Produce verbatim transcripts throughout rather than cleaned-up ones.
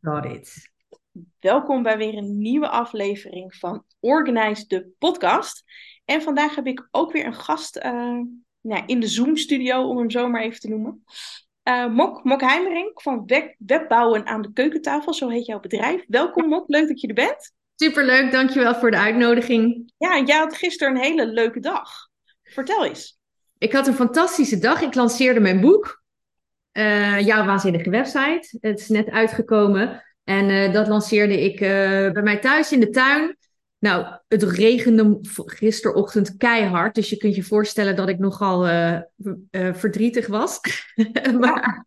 Got it. Welkom bij weer een nieuwe aflevering van Organize de podcast. En vandaag heb ik ook weer een gast eh, nou, in de Zoom-studio, om hem zo maar even te noemen. Uh, Mok, Mok Heimering van Web- Webbouwen aan de keukentafel, zo heet jouw bedrijf. Welkom Mok, leuk dat je er bent. Superleuk, dankjewel voor de uitnodiging. Ja, en jij had gisteren een hele leuke dag. Vertel eens. Ik had een fantastische dag. Ik lanceerde mijn boek, uh, Jouw Waanzinnige Website. Het is net uitgekomen en uh, dat lanceerde ik uh, bij mij thuis in de tuin. Nou, het regende gisterochtend keihard, dus je kunt je voorstellen dat ik nogal uh, uh, verdrietig was. maar,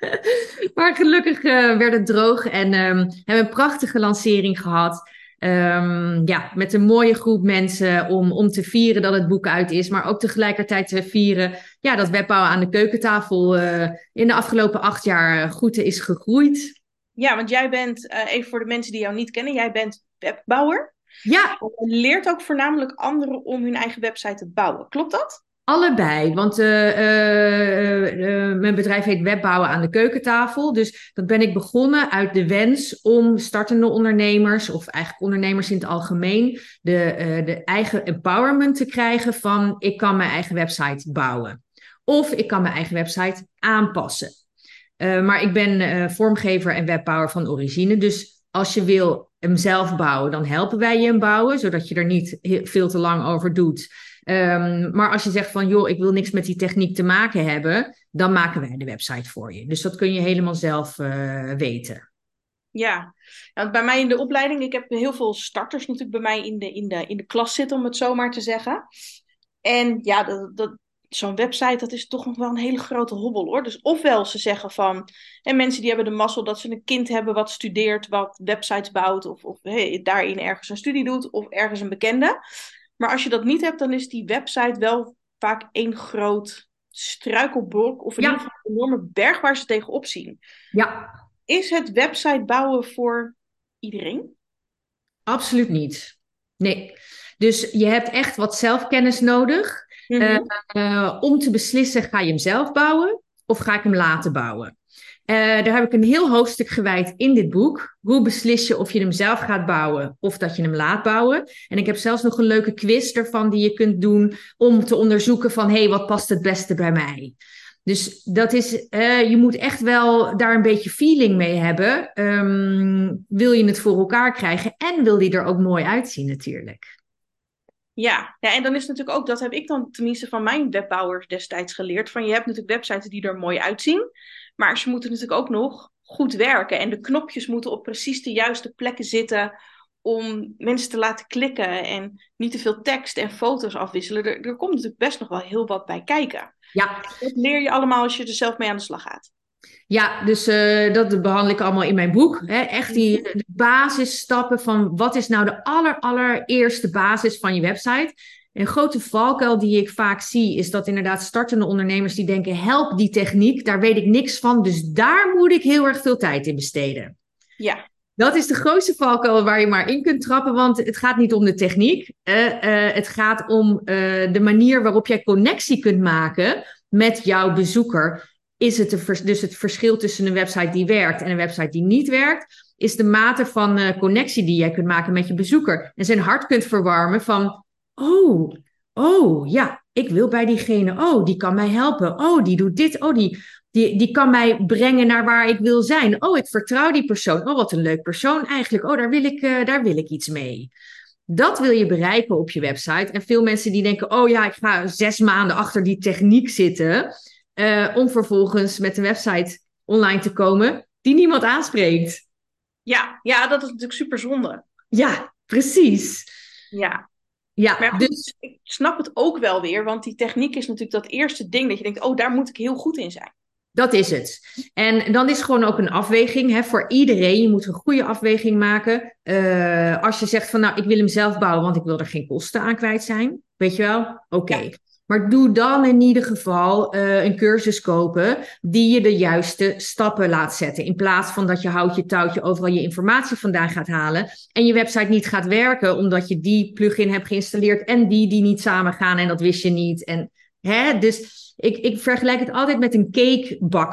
maar gelukkig uh, werd het droog en um, hebben een prachtige lancering gehad. Um, ja, met een mooie groep mensen om, om te vieren dat het boek uit is, maar ook tegelijkertijd te vieren ja, dat webbouwen aan de keukentafel uh, in de afgelopen acht jaar goed is gegroeid. Ja, want jij bent, uh, even voor de mensen die jou niet kennen, jij bent webbouwer. Ja. Je leert ook voornamelijk anderen om hun eigen website te bouwen. Klopt dat? Allebei, want uh, uh, uh, mijn bedrijf heet Webbouwen aan de keukentafel. Dus dat ben ik begonnen uit de wens om startende ondernemers, of eigenlijk ondernemers in het algemeen, de, uh, de eigen empowerment te krijgen van ik kan mijn eigen website bouwen. Of ik kan mijn eigen website aanpassen. Uh, maar ik ben uh, vormgever en webbouwer van origine. Dus als je wil hem zelf bouwen, dan helpen wij je hem bouwen, zodat je er niet veel te lang over doet. Um, maar als je zegt van, joh, ik wil niks met die techniek te maken hebben, dan maken wij de website voor je. Dus dat kun je helemaal zelf uh, weten. Ja, want bij mij in de opleiding, ik heb heel veel starters natuurlijk bij mij in de, in de, in de klas zitten, om het zo maar te zeggen. En ja, dat, dat, zo'n website, dat is toch nog wel een hele grote hobbel hoor. Dus ofwel ze zeggen van, en mensen die hebben de mazzel dat ze een kind hebben wat studeert, wat websites bouwt, of, of hey, daarin ergens een studie doet, of ergens een bekende. Maar als je dat niet hebt, dan is die website wel vaak één groot struikelblok, of in Ja. ieder geval een enorme berg waar ze tegenop zien. Ja. Is het website bouwen voor iedereen? Absoluut niet. Nee. Dus je hebt echt wat zelfkennis nodig. Mm-hmm. Uh, uh, om te beslissen, ga je hem zelf bouwen of ga ik hem laten bouwen? Uh, daar heb ik een heel hoofdstuk gewijd in dit boek. Hoe beslis je of je hem zelf gaat bouwen of dat je hem laat bouwen? En ik heb zelfs nog een leuke quiz ervan die je kunt doen om te onderzoeken van, hé, hey, wat past het beste bij mij? Dus dat is, uh, je moet echt wel daar een beetje feeling mee hebben. Um, wil je het voor elkaar krijgen en wil die er ook mooi uitzien natuurlijk. Ja, ja, en dan is natuurlijk ook, dat heb ik dan tenminste van mijn webbouwers destijds geleerd, van je hebt natuurlijk websites die er mooi uitzien, maar ze moeten natuurlijk ook nog goed werken en de knopjes moeten op precies de juiste plekken zitten om mensen te laten klikken en niet te veel tekst en foto's afwisselen. Er, er komt natuurlijk best nog wel heel wat bij kijken. Ja. Dat leer je allemaal als je er zelf mee aan de slag gaat. Ja, dus uh, dat behandel ik allemaal in mijn boek. Hè? Echt die de basisstappen van wat is nou de aller, allereerste basis van je website. Een grote valkuil die ik vaak zie is dat inderdaad startende ondernemers die denken, help die techniek, daar weet ik niks van, dus daar moet ik heel erg veel tijd in besteden. Ja. Dat is de grootste valkuil waar je maar in kunt trappen, want het gaat niet om de techniek. Uh, uh, het gaat om uh, de manier waarop jij connectie kunt maken met jouw bezoeker. Is het de, dus het verschil tussen een website die werkt en een website die niet werkt, is de mate van uh, connectie die jij kunt maken met je bezoeker. En zijn hart kunt verwarmen van, oh, oh, ja, ik wil bij diegene, oh, die kan mij helpen. Oh, die doet dit, oh, die... Die, die kan mij brengen naar waar ik wil zijn. Oh, ik vertrouw die persoon. Oh, wat een leuk persoon eigenlijk. Oh, daar wil ik, uh, daar wil ik iets mee. Dat wil je bereiken op je website. En veel mensen die denken, oh ja, ik ga zes maanden achter die techniek zitten. Uh, om vervolgens met een website online te komen die niemand aanspreekt. Ja, ja, dat is natuurlijk super zonde. Ja, precies. Ja. Ja, maar goed, dus... ik snap het ook wel weer, want die techniek is natuurlijk dat eerste ding dat je denkt, oh, daar moet ik heel goed in zijn. Dat is het. En dan is gewoon ook een afweging hè, voor iedereen. Je moet een goede afweging maken. Uh, als je zegt van nou, ik wil hem zelf bouwen, want ik wil er geen kosten aan kwijt zijn. Weet je wel? Oké. Okay. Ja. Maar doe dan in ieder geval uh, een cursus kopen die je de juiste stappen laat zetten. In plaats van dat je houtje touwtje overal je informatie vandaan gaat halen. En je website niet gaat werken omdat je die plugin hebt geïnstalleerd en die die niet samen gaan en dat wist je niet. En, hè, dus... Ik, ik vergelijk het altijd met een cake bakken.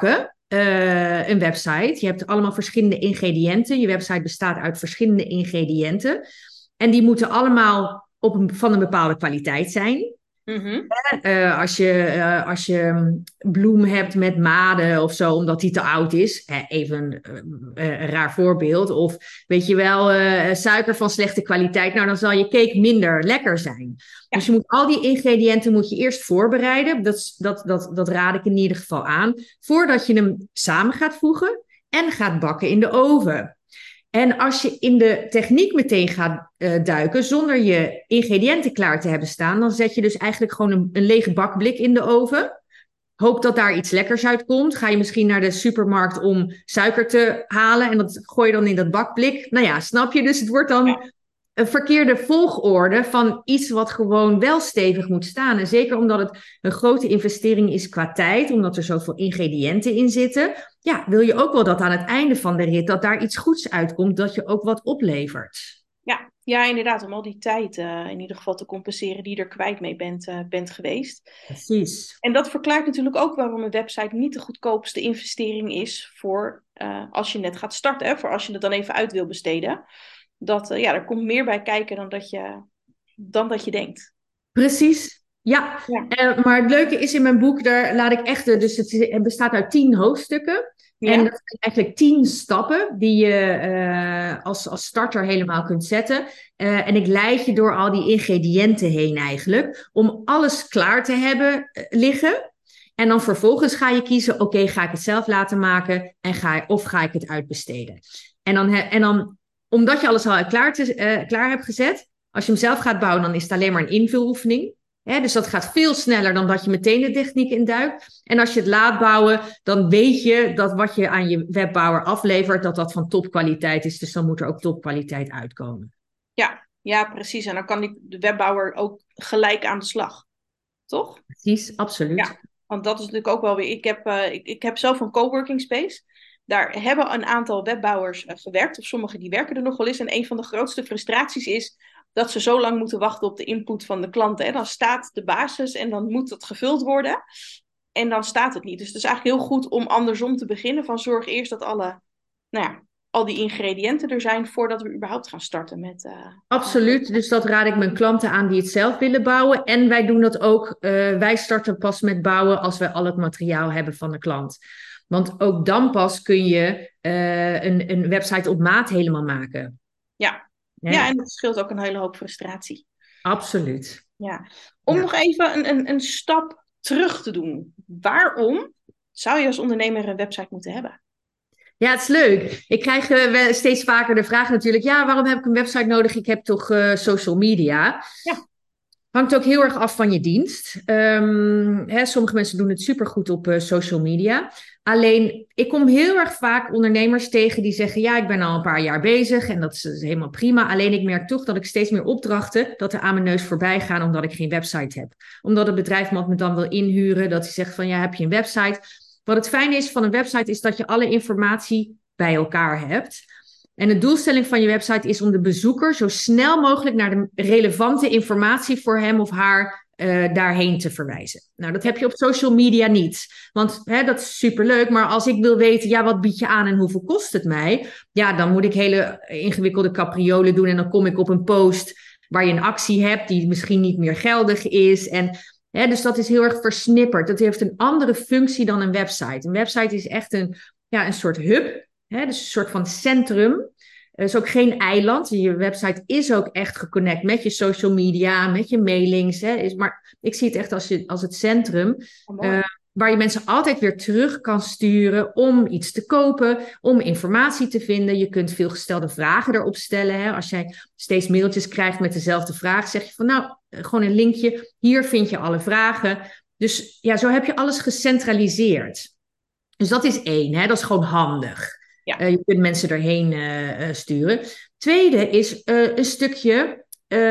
uh, een website. Je hebt allemaal verschillende ingrediënten. Je website bestaat uit verschillende ingrediënten. En die moeten allemaal op een, van een bepaalde kwaliteit zijn. Mm-hmm. Uh, als, je, uh, als je bloem hebt met maden of zo, omdat die te oud is. Hè, even uh, uh, een raar voorbeeld. Of weet je wel, uh, suiker van slechte kwaliteit. Nou, dan zal je cake minder lekker zijn. Ja. Dus je moet al die ingrediënten moet je eerst voorbereiden. Dat, dat, dat, dat raad ik in ieder geval aan. Voordat je hem samen gaat voegen en gaat bakken in de oven. En als je in de techniek meteen gaat uh, duiken, zonder je ingrediënten klaar te hebben staan, dan zet je dus eigenlijk gewoon een, een lege bakblik in de oven. Hoop dat daar iets lekkers uit komt. Ga je misschien naar de supermarkt om suiker te halen en dat gooi je dan in dat bakblik. Nou ja, snap je? Dus het wordt dan een verkeerde volgorde van iets wat gewoon wel stevig moet staan. En zeker omdat het een grote investering is qua tijd, omdat er zoveel ingrediënten in zitten. Ja, wil je ook wel dat aan het einde van de rit, dat daar iets goeds uitkomt, dat je ook wat oplevert. Ja, ja inderdaad, om al die tijd uh, in ieder geval te compenseren die je er kwijt mee bent, uh, bent geweest. Precies. En dat verklaart natuurlijk ook waarom een website niet de goedkoopste investering is voor uh, als je net gaat starten, hè, voor als je het dan even uit wil besteden. Dat, uh, ja, er komt meer bij kijken dan dat je, dan dat je denkt. Precies, ja. ja. Uh, maar het leuke is in mijn boek, daar laat ik echt, dus het, het bestaat uit tien hoofdstukken. Ja. En dat zijn eigenlijk tien stappen die je uh, als, als starter helemaal kunt zetten. Uh, en ik leid je door al die ingrediënten heen eigenlijk, om alles klaar te hebben uh, liggen. En dan vervolgens ga je kiezen, oké, okay, ga ik het zelf laten maken en ga, of ga ik het uitbesteden. En dan, en dan omdat je alles al klaar, te, uh, klaar hebt gezet, als je hem zelf gaat bouwen, dan is het alleen maar een invuloefening. Hè? Dus dat gaat veel sneller dan dat je meteen de techniek induikt. En als je het laat bouwen, dan weet je dat wat je aan je webbouwer aflevert, dat dat van topkwaliteit is. Dus dan moet er ook topkwaliteit uitkomen. Ja, ja, precies. En dan kan die, de webbouwer ook gelijk aan de slag. Toch? Precies, absoluut. Ja, want dat is natuurlijk ook wel weer... Ik heb, uh, ik, ik heb zelf een coworking space. Daar hebben een aantal webbouwers uh, gewerkt. Of sommigen die werken er nog wel eens. En een van de grootste frustraties is dat ze zo lang moeten wachten op de input van de klanten. En dan staat de basis en dan moet het gevuld worden. En dan staat het niet. Dus het is eigenlijk heel goed om andersom te beginnen. Van zorg eerst dat alle, nou ja, al die ingrediënten er zijn voordat we überhaupt gaan starten met... Uh, Absoluut. Dus dat raad ik mijn klanten aan die het zelf willen bouwen. En wij doen dat ook. Uh, wij starten pas met bouwen als wij al het materiaal hebben van de klant. Want ook dan pas kun je uh, een, een website op maat helemaal maken. Ja. Ja. ja, en dat scheelt ook een hele hoop frustratie. Absoluut. Ja. Om ja. nog even een, een, een stap terug te doen. Waarom zou je als ondernemer een website moeten hebben? Ja, het is leuk. Ik krijg uh, steeds vaker de vraag natuurlijk... ja, waarom heb ik een website nodig? Ik heb toch uh, social media? Ja. Hangt ook heel erg af van je dienst. Um, hè, sommige mensen doen het supergoed op uh, social media. Alleen, ik kom heel erg vaak ondernemers tegen die zeggen... ja, ik ben al een paar jaar bezig en dat is, dat is helemaal prima. Alleen ik merk toch dat ik steeds meer opdrachten... dat er aan mijn neus voorbij gaan omdat ik geen website heb. Omdat het bedrijf me dan wil inhuren. Dat hij zegt van, ja, heb je een website? Wat het fijne is van een website is dat je alle informatie bij elkaar hebt... En de doelstelling van je website is om de bezoeker zo snel mogelijk naar de relevante informatie voor hem of haar uh, daarheen te verwijzen. Nou, dat heb je op social media niet. Want hè, dat is superleuk, maar als ik wil weten, ja, wat bied je aan en hoeveel kost het mij? Ja, dan moet ik hele ingewikkelde capriolen doen en dan kom ik op een post waar je een actie hebt die misschien niet meer geldig is. En, hè, dus dat is heel erg versnipperd. Dat heeft een andere functie dan een website. Een website is echt een, ja, een soort hub. Hè, dus een soort van centrum. Het is ook geen eiland. Je website is ook echt geconnect met je social media, met je mailings. Hè. Is, maar ik zie het echt als, je, als het centrum. Oh, uh, waar je mensen altijd weer terug kan sturen om iets te kopen, om informatie te vinden. Je kunt veel gestelde vragen erop stellen. Hè. Als jij steeds mailtjes krijgt met dezelfde vraag, zeg je van nou, gewoon een linkje. Hier vind je alle vragen. Dus ja, zo heb je alles gecentraliseerd. Dus dat is één. Hè. Dat is gewoon handig. Ja. Uh, je kunt mensen erheen uh, uh, sturen. Tweede is uh, een stukje,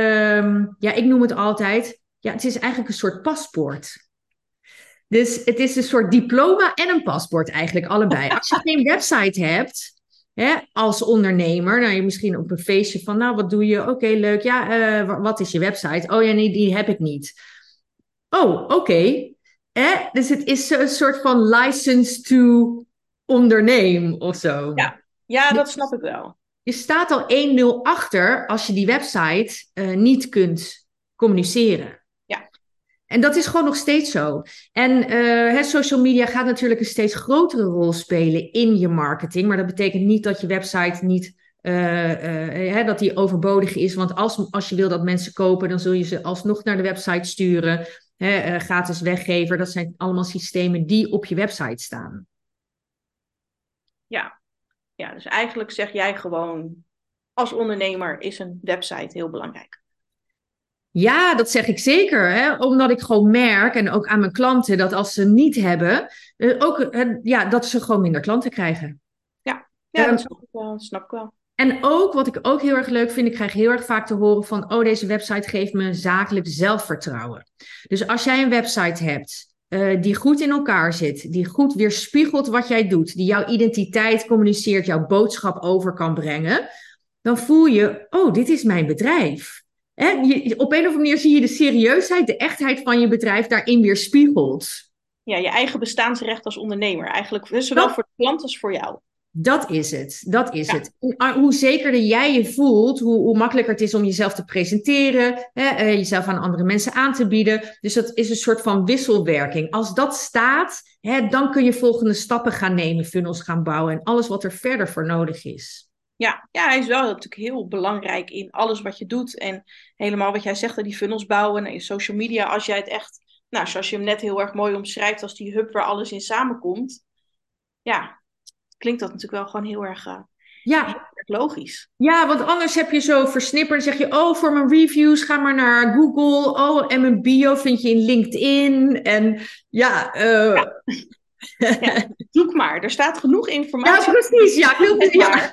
uh, ja, ik noem het altijd, ja, het is eigenlijk een soort paspoort. Dus het is een soort diploma en een paspoort eigenlijk, allebei. Als je geen website hebt, hè, als ondernemer, nou je misschien op een feestje van, nou, wat doe je? Oké, okay, leuk. Ja, uh, wat is je website? Oh ja, nee, die heb ik niet. Oh, oké. Okay. Dus het is een soort van license to onderneem of zo. Ja, ja, dat snap ik wel. Je staat al één nul achter als je die website uh, niet kunt communiceren. Ja. En dat is gewoon nog steeds zo. En uh, social media gaat natuurlijk een steeds grotere rol spelen in je marketing. Maar dat betekent niet dat je website niet uh, uh, hè, dat die overbodig is. Want als, als je wil dat mensen kopen, dan zul je ze alsnog naar de website sturen. Hè, uh, gratis weggever, dat zijn allemaal systemen die op je website staan. Ja. Ja, dus eigenlijk zeg jij gewoon, als ondernemer is een website heel belangrijk. Ja, dat zeg ik zeker. Hè? Omdat ik gewoon merk, en ook aan mijn klanten, dat als ze niet hebben, uh, ook, uh, ja, dat ze gewoon minder klanten krijgen. Ja, ja um, dat snap ik wel. Dat snap ik wel. En ook, wat ik ook heel erg leuk vind, ik krijg heel erg vaak te horen van, oh, deze website geeft me zakelijk zelfvertrouwen. Dus als jij een website hebt uh, die goed in elkaar zit, die goed weerspiegelt wat jij doet, die jouw identiteit communiceert, jouw boodschap over kan brengen, dan voel je, oh, dit is mijn bedrijf. Hè? Je, op een of andere manier zie je de serieusheid, de echtheid van je bedrijf daarin weerspiegeld. Ja, je eigen bestaansrecht als ondernemer. Eigenlijk zowel dat, voor de klant als voor jou. Dat is het, dat is ja. het. En hoe zekerder jij je voelt, hoe, hoe makkelijker het is om jezelf te presenteren, hè, uh, jezelf aan andere mensen aan te bieden. Dus dat is een soort van wisselwerking. Als dat staat, hè, dan kun je volgende stappen gaan nemen, funnels gaan bouwen en alles wat er verder voor nodig is. Ja, ja, hij is wel natuurlijk heel belangrijk in alles wat je doet. En helemaal wat jij zegt, die funnels bouwen en social media. Als jij het echt, nou, zoals je hem net heel erg mooi omschrijft, als die hub waar alles in samenkomt. Ja, klinkt dat natuurlijk wel gewoon heel erg, uh, ja. heel erg logisch. Ja, want anders heb je zo versnipperd. Dan zeg je, oh, voor mijn reviews ga maar naar Google. Oh, en mijn bio vind je in LinkedIn. En ja... Uh... ja. ja zoek maar, er staat genoeg informatie. Ja, precies. Ja, heel goed. Ja.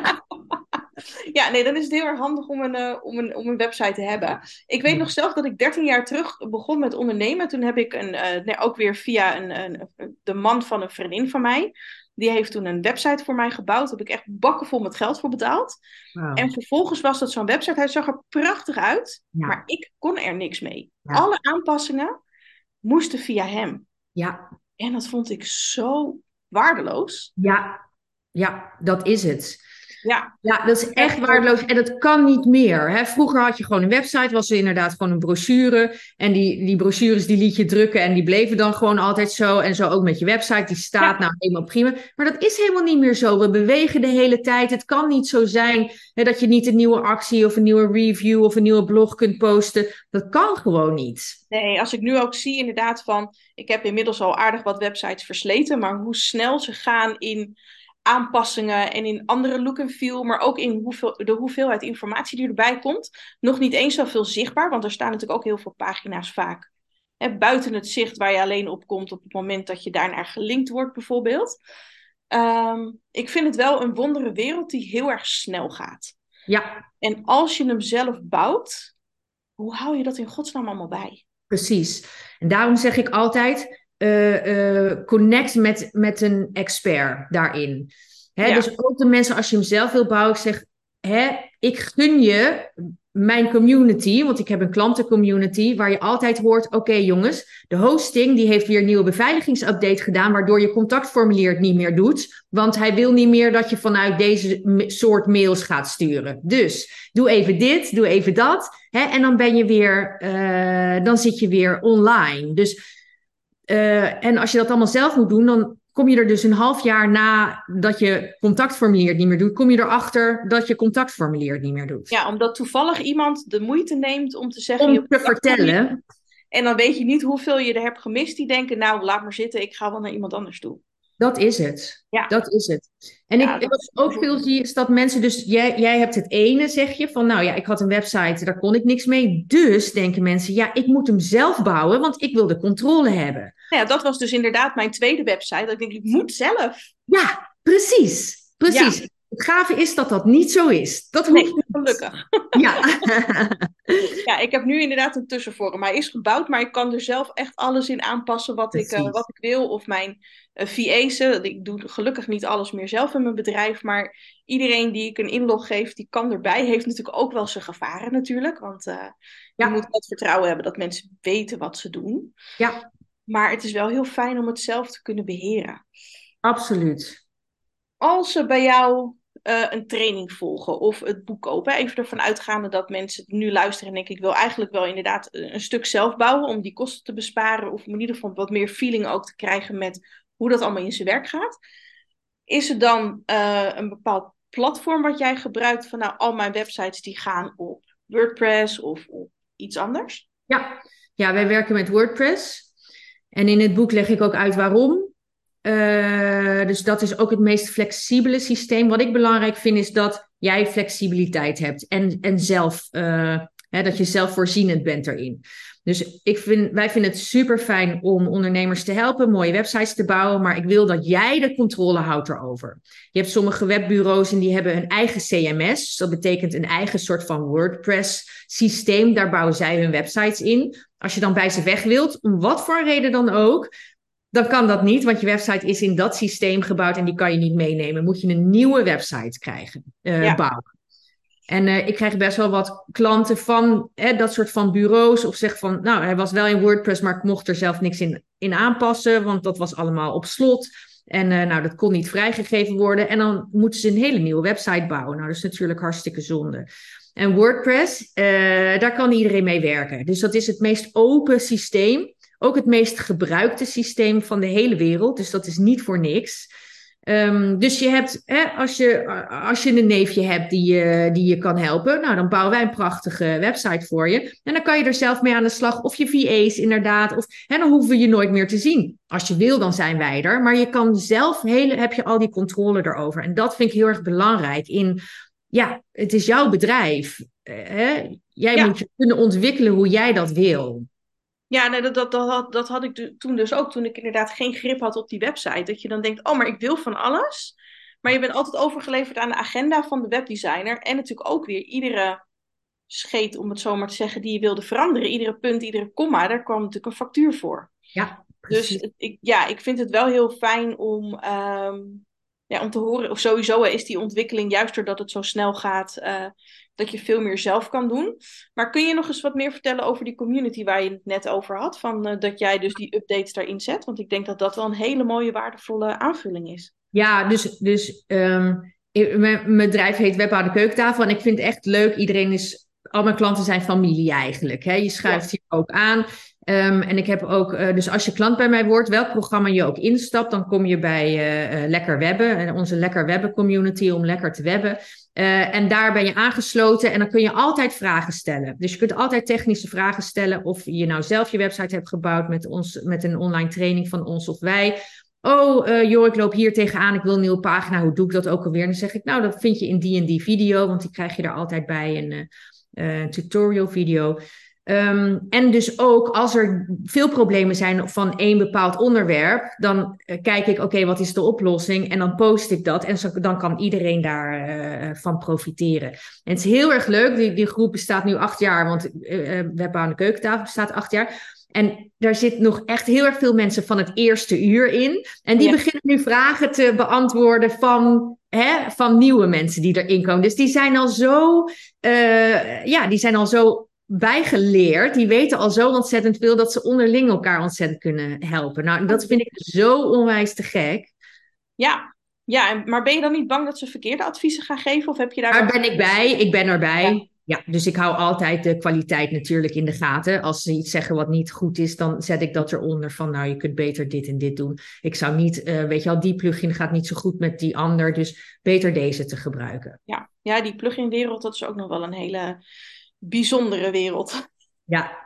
Ja, nee, dan is het heel erg handig om een, uh, om, een, om een website te hebben. Ik weet nog zelf dat ik dertien jaar terug begon met ondernemen. Toen heb ik een, uh, nee, ook weer via een, een, de man van een vriendin van mij. Die heeft toen een website voor mij gebouwd. Daar heb ik echt bakken vol met geld voor betaald. Wow. En vervolgens was dat zo'n website. Hij zag er prachtig uit. Ja. Maar ik kon er niks mee. Ja. Alle aanpassingen moesten via hem. Ja. En dat vond ik zo waardeloos. Ja, ja, dat is het. Ja. ja, dat is echt waardeloos en dat kan niet meer. Hè? Vroeger had je gewoon een website, was er inderdaad gewoon een brochure. En die, die brochures die liet je drukken en die bleven dan gewoon altijd zo. En zo ook met je website, die staat ja. nou helemaal prima. Maar dat is helemaal niet meer zo. We bewegen de hele tijd. Het kan niet zo zijn hè, dat je niet een nieuwe actie of een nieuwe review of een nieuwe blog kunt posten. Dat kan gewoon niet. Nee, als ik nu ook zie inderdaad van... Ik heb inmiddels al aardig wat websites versleten, maar hoe snel ze gaan in... aanpassingen en in andere look en feel, maar ook in hoeveel, de hoeveelheid informatie die erbij komt. Nog niet eens zoveel zichtbaar, want er staan natuurlijk ook heel veel pagina's vaak hè, buiten het zicht waar je alleen op komt op het moment dat je daarnaar gelinkt wordt bijvoorbeeld. Um, ik vind het wel een wondere wereld die heel erg snel gaat. Ja. En als je hem zelf bouwt, hoe hou je dat in godsnaam allemaal bij? Precies. En daarom zeg ik altijd... Uh, uh, connect met, met een expert daarin. Hè, ja. Dus ook de mensen, als je hem zelf wil bouwen, ik zeg, hè, ik gun je mijn community, want ik heb een klantencommunity, waar je altijd hoort, oké okay, jongens, de hosting die heeft weer een nieuwe beveiligingsupdate gedaan, waardoor je contactformulier het niet meer doet, want hij wil niet meer dat je vanuit deze soort mails gaat sturen. Dus doe even dit, doe even dat, hè, en dan ben je weer, uh, dan zit je weer online. Dus Uh, en als je dat allemaal zelf moet doen, dan kom je er dus een half jaar na dat je contactformulier niet meer doet, kom je erachter dat je contactformulier niet meer doet. Ja, omdat toevallig iemand de moeite neemt om te zeggen... Om je te vertellen. En dan weet je niet hoeveel je er hebt gemist. Die denken, nou, laat maar zitten, ik ga wel naar iemand anders toe. Dat is het. Ja. Dat is het. En ja, ik, wat ook veel zie, is dat mensen dus... Jij, jij hebt het ene, zeg je, van nou ja, ik had een website, daar kon ik niks mee. Dus denken mensen, ja, ik moet hem zelf bouwen, want ik wil de controle hebben. Ja, dat was dus inderdaad mijn tweede website. Dat ik denk, ik moet zelf. Ja, precies. Precies. Ja. Het gave is dat dat niet zo is. Dat nee, gelukkig. Ja. Ja, ik heb nu inderdaad een tussenvorm. Hij is gebouwd, maar ik kan er zelf echt alles in aanpassen wat, ik, uh, wat ik wil. Of mijn uh, V A's. Ik doe gelukkig niet alles meer zelf in mijn bedrijf. Maar iedereen die ik een inlog geef, die kan erbij. Heeft natuurlijk ook wel zijn gevaren natuurlijk. Want uh, ja. je moet wat vertrouwen hebben dat mensen weten wat ze doen. Ja. Maar het is wel heel fijn om het zelf te kunnen beheren. Absoluut. Als ze bij jou uh, een training volgen of het boek kopen, even ervan uitgaande dat mensen nu luisteren en denken, ik wil eigenlijk wel inderdaad een stuk zelf bouwen om die kosten te besparen of in ieder geval wat meer feeling ook te krijgen met hoe dat allemaal in zijn werk gaat. Is er dan uh, een bepaald platform wat jij gebruikt van nou, al mijn websites die gaan op WordPress of op iets anders? Ja, ja, wij werken met WordPress. En in het boek leg ik ook uit waarom. Uh, dus dat is ook het meest flexibele systeem. Wat ik belangrijk vind is dat jij flexibiliteit hebt. En, en zelf, uh, hè, dat je zelfvoorzienend bent erin. Dus ik vind, wij vinden het super fijn om ondernemers te helpen, mooie websites te bouwen. Maar ik wil dat jij de controle houdt erover. Je hebt sommige webbureaus en die hebben een eigen C M S. Dat betekent een eigen soort van WordPress systeem. Daar bouwen zij hun websites in. Als je dan bij ze weg wilt, om wat voor een reden dan ook, dan kan dat niet, want je website is in dat systeem gebouwd en die kan je niet meenemen. Moet je een nieuwe website krijgen, uh, ja. bouwen. En uh, ik krijg best wel wat klanten van hè, dat soort van bureaus. Of zeggen van, nou, hij was wel in WordPress, maar ik mocht er zelf niks in, in aanpassen. Want dat was allemaal op slot. En uh, nou, dat kon niet vrijgegeven worden. En dan moeten ze een hele nieuwe website bouwen. Nou, dat is natuurlijk hartstikke zonde. En WordPress, uh, daar kan iedereen mee werken. Dus dat is het meest open systeem. Ook het meest gebruikte systeem van de hele wereld. Dus dat is niet voor niks. Um, dus je hebt, hè, als, je, als je een neefje hebt die je, die je kan helpen, nou, dan bouwen wij een prachtige website voor je. En dan kan je er zelf mee aan de slag. Of je V A's inderdaad. Of, hè, dan hoeven we je nooit meer te zien. Als je wil, dan zijn wij er. Maar je kan zelf, hele, heb je al die controle erover. En dat vind ik heel erg belangrijk. In, ja, het is jouw bedrijf. Hè? Jij ja. moet je kunnen ontwikkelen hoe jij dat wil. Ja, nee, dat, dat, dat, had, dat had ik de, toen dus ook, toen ik inderdaad geen grip had op die website. Dat je dan denkt, oh, maar ik wil van alles. Maar je bent altijd overgeleverd aan de agenda van de webdesigner. En natuurlijk ook weer iedere scheet, om het zo maar te zeggen, die je wilde veranderen. Iedere punt, iedere komma, daar kwam natuurlijk een factuur voor. Ja, precies. Dus ik, ja, ik vind het wel heel fijn om, um, ja, om te horen. Of sowieso is die ontwikkeling, juist doordat het zo snel gaat, uh, dat je veel meer zelf kan doen. Maar kun je nog eens wat meer vertellen over die community waar je het net over had? Van, uh, dat jij dus die updates daarin zet. Want ik denk dat dat wel een hele mooie, waardevolle aanvulling is. Ja, dus, dus um, mijn bedrijf heet Web aan de Keukentafel. En ik vind het echt leuk. Iedereen is, al mijn klanten zijn familie eigenlijk. Hè? Je schuift ja. hier ook aan. Um, en ik heb ook, uh, dus als je klant bij mij wordt, welk programma je ook instapt, dan kom je bij uh, uh, Lekker Webben, en onze Lekker Webben community om lekker te webben. Uh, en daar ben je aangesloten en dan kun je altijd vragen stellen. Dus je kunt altijd technische vragen stellen of je nou zelf je website hebt gebouwd met, ons, met een online training van ons of wij. Oh, uh, joh, ik loop hier tegenaan, ik wil een nieuwe pagina, hoe doe ik dat ook alweer? En dan zeg ik, nou, dat vind je in die en die video, want die krijg je er altijd bij, een uh, uh, tutorial video. Um, en dus ook als er veel problemen zijn van één bepaald onderwerp, dan uh, kijk ik, oké, okay, wat is de oplossing? En dan post ik dat en zo, dan kan iedereen daarvan uh, van profiteren. En het is heel erg leuk, die, die groep bestaat nu acht jaar, want uh, Web aan de Keukentafel bestaat acht jaar. En daar zit nog echt heel erg veel mensen van het eerste uur in. En die ja. beginnen nu vragen te beantwoorden van, hè, van nieuwe mensen die erin komen. Dus die zijn al zo, uh, ja, die zijn al zo bijgeleerd. Die weten al zo ontzettend veel dat ze onderling elkaar ontzettend kunnen helpen. Nou, dat vind ik zo onwijs te gek. Ja, ja, maar ben je dan niet bang dat ze verkeerde adviezen gaan geven? Of heb je daar... Daar ben ik bij, ik ben erbij. Ja. Ja, dus ik hou altijd de kwaliteit natuurlijk in de gaten. Als ze iets zeggen wat niet goed is, dan zet ik dat eronder van, nou, je kunt beter dit en dit doen. Ik zou niet, uh, weet je wel, die plugin gaat niet zo goed met die ander, dus beter deze te gebruiken. Ja, ja, die plugin-wereld, dat is ook nog wel een hele bijzondere wereld. Ja,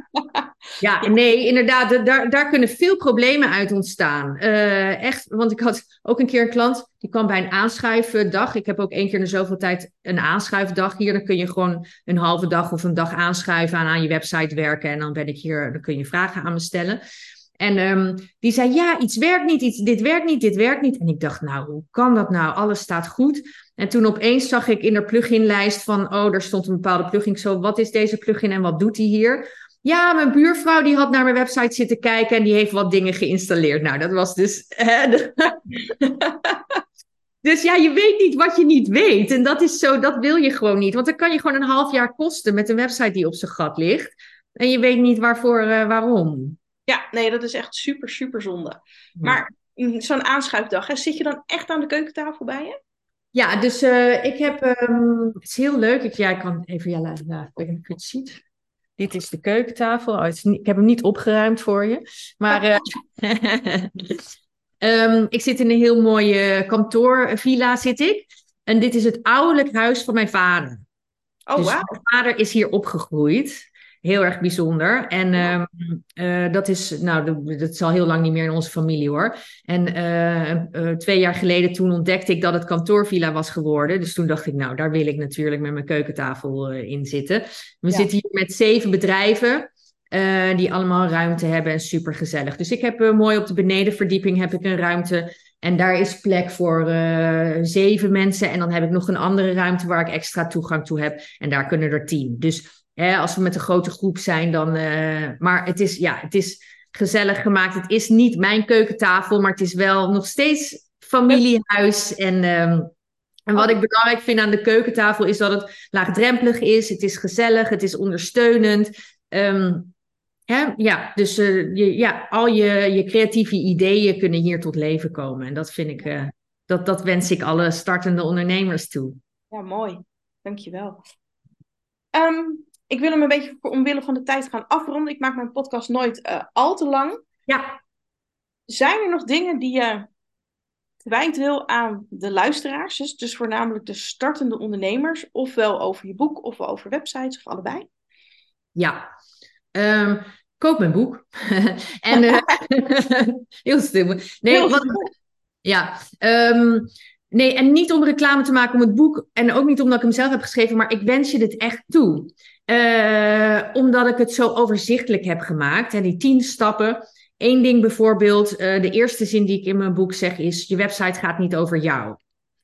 ja, nee, inderdaad, daar, daar kunnen veel problemen uit ontstaan. Uh, echt, want ik had ook een keer een klant, die kwam bij een aanschuifdag. Ik heb ook één keer in de zoveel tijd een aanschuifdag hier. Dan kun je gewoon een halve dag of een dag aanschuiven en aan je website werken. En dan ben ik hier, dan kun je vragen aan me stellen. En um, die zei, ja, iets werkt niet, iets, dit werkt niet, dit werkt niet. En ik dacht, nou, hoe kan dat nou? Alles staat goed. En toen opeens zag ik in de pluginlijst van, oh, daar stond een bepaalde plugin. Zo, wat is deze plugin en wat doet die hier? Ja, mijn buurvrouw die had naar mijn website zitten kijken en die heeft wat dingen geïnstalleerd. Nou, dat was dus... Hè, de... Dus ja, je weet niet wat je niet weet. En dat is zo, dat wil je gewoon niet. Want dan kan je gewoon een half jaar kosten met een website die op zijn gat ligt. En je weet niet waarvoor, uh, waarom. Ja, nee, dat is echt super, super zonde. Maar zo'n aanschuifdag, hè, zit je dan echt aan de keukentafel bij je? Ja, dus uh, ik heb, um, het is heel leuk. Ik, ja, ik kan even, ja, laten ja, ik weet niet of je het ziet. Dit is de keukentafel. Oh, het is niet, ik heb hem niet opgeruimd voor je. Maar uh, um, ik zit in een heel mooie kantoorvilla, zit ik. En dit is het ouderlijk huis van mijn vader. Oh, Dus wauw. mijn vader is hier opgegroeid. Heel erg bijzonder. En Ja. um, uh, dat is, nou, dat, dat is al heel lang niet meer in onze familie hoor. En uh, uh, twee jaar geleden toen ontdekte ik dat het kantoorvilla was geworden. Dus toen dacht ik, nou, daar wil ik natuurlijk met mijn keukentafel uh, in zitten. We Ja. zitten hier met zeven bedrijven. Uh, die allemaal ruimte hebben en super gezellig. Dus ik heb uh, mooi op de benedenverdieping heb ik een ruimte. En daar is plek voor uh, zeven mensen. En dan heb ik nog een andere ruimte waar ik extra toegang toe heb. En daar kunnen er tien. Dus hè, als we met een grote groep zijn, dan. Uh, maar het is, ja, het is gezellig gemaakt. Het is niet mijn keukentafel, maar het is wel nog steeds familiehuis. En, um, en wat ik belangrijk vind aan de keukentafel is dat het laagdrempelig is. Het is gezellig, het is ondersteunend. Um, Hè? Ja, dus uh, je, ja, al je, je creatieve ideeën kunnen hier tot leven komen. En dat vind ik, uh, dat, dat wens ik alle startende ondernemers toe. Ja, mooi. Dankjewel. Um, ik wil hem een beetje voor omwille van de tijd gaan afronden. Ik maak mijn podcast nooit uh, al te lang. Ja. Zijn er nog dingen die je kwijt wil aan de luisteraars? Dus, dus voornamelijk de startende ondernemers. Ofwel over je boek, ofwel over websites, of allebei? Ja. Um, koop mijn boek. en uh, heel stil. Nee, heel wat, ja. Um, nee, en niet om reclame te maken om het boek. En ook niet omdat ik hem zelf heb geschreven. Maar ik wens je dit echt toe. Uh, omdat ik het zo overzichtelijk heb gemaakt. Hè, die tien stappen. Eén ding bijvoorbeeld. Uh, de eerste zin die ik in mijn boek zeg is. Je website gaat niet over jou.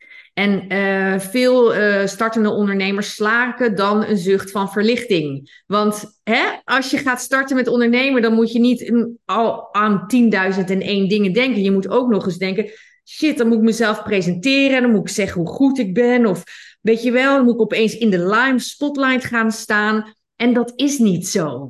En uh, veel uh, startende ondernemers slaken dan een zucht van verlichting. Want hè, als je gaat starten met ondernemen, dan moet je niet al aan tienduizend en één dingen denken. Je moet ook nog eens denken, shit, dan moet ik mezelf presenteren. Dan moet ik zeggen hoe goed ik ben. Of weet je wel, dan moet ik opeens in de lime spotlight gaan staan. En dat is niet zo.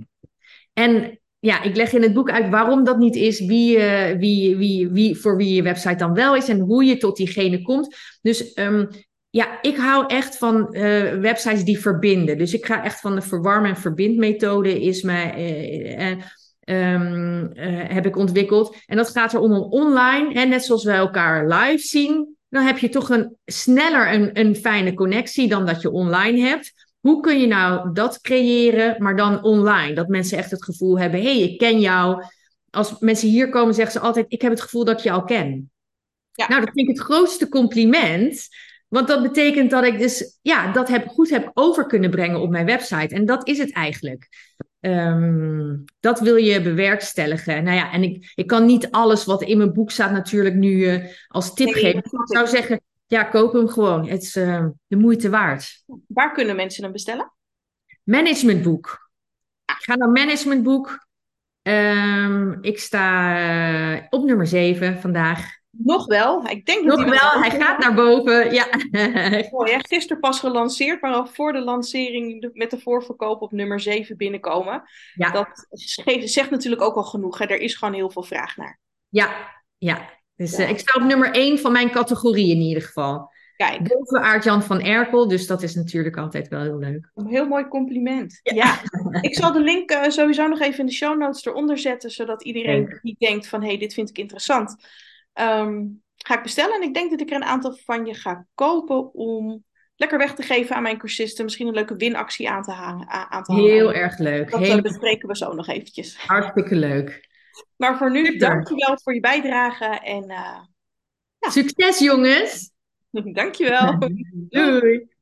En ja, ik leg in het boek uit waarom dat niet is, wie, uh, wie, wie, wie, voor wie je website dan wel is en hoe je tot diegene komt. Dus um, ja, ik hou echt van uh, websites die verbinden. Dus ik ga echt van de verwarm- en verbindmethode is mij, uh, uh, um, uh, heb ik ontwikkeld. En dat gaat erom om online, en net zoals we elkaar live zien, dan heb je toch een sneller een, een fijne connectie dan dat je online hebt. Hoe kun je nou dat creëren, maar dan online? Dat mensen echt het gevoel hebben, hé, hey, ik ken jou. Als mensen hier komen, zeggen ze altijd, ik heb het gevoel dat ik je al ken. Ja. Nou, dat vind ik het grootste compliment. Want dat betekent dat ik dus, ja, dat heb, goed heb over kunnen brengen op mijn website. En dat is het eigenlijk. Um, dat wil je bewerkstelligen. Nou ja, en ik, ik kan niet alles wat in mijn boek staat natuurlijk nu uh, als tip nee, geven. Ik zou zeggen, ja, koop hem gewoon. Het is uh, de moeite waard. Waar kunnen mensen hem bestellen? Managementboek. Ga naar Managementboek. Um, ik sta uh, op nummer zeven vandaag. Nog wel. Ik denk Nog dat hij wel, hij gaat naar boven. Ja. Mooi, hè? Gisteren pas gelanceerd, maar al voor de lancering met de voorverkoop op nummer zeven binnenkomen. Ja. Dat zegt natuurlijk ook al genoeg. Hè? Er is gewoon heel veel vraag naar. Ja, ja. Dus ja. Uh, ik sta op nummer één van mijn categorie in ieder geval. Kijk. Boven Aart-Jan van Erkel, dus dat is natuurlijk altijd wel heel leuk. Een heel mooi compliment. Ja. ja. Ik zal de link uh, sowieso nog even in de show notes eronder zetten, zodat iedereen ja. die denkt van, hé, hey, dit vind ik interessant. Um, ga ik bestellen en ik denk dat ik er een aantal van je ga kopen om lekker weg te geven aan mijn cursisten. Misschien een leuke winactie aan te hangen. Aan te hangen. Heel erg leuk. Dat heel... bespreken we zo nog eventjes. Hartstikke leuk. Maar voor nu, Super. Dankjewel voor je bijdrage en uh, ja. Succes jongens! Dankjewel. Doei!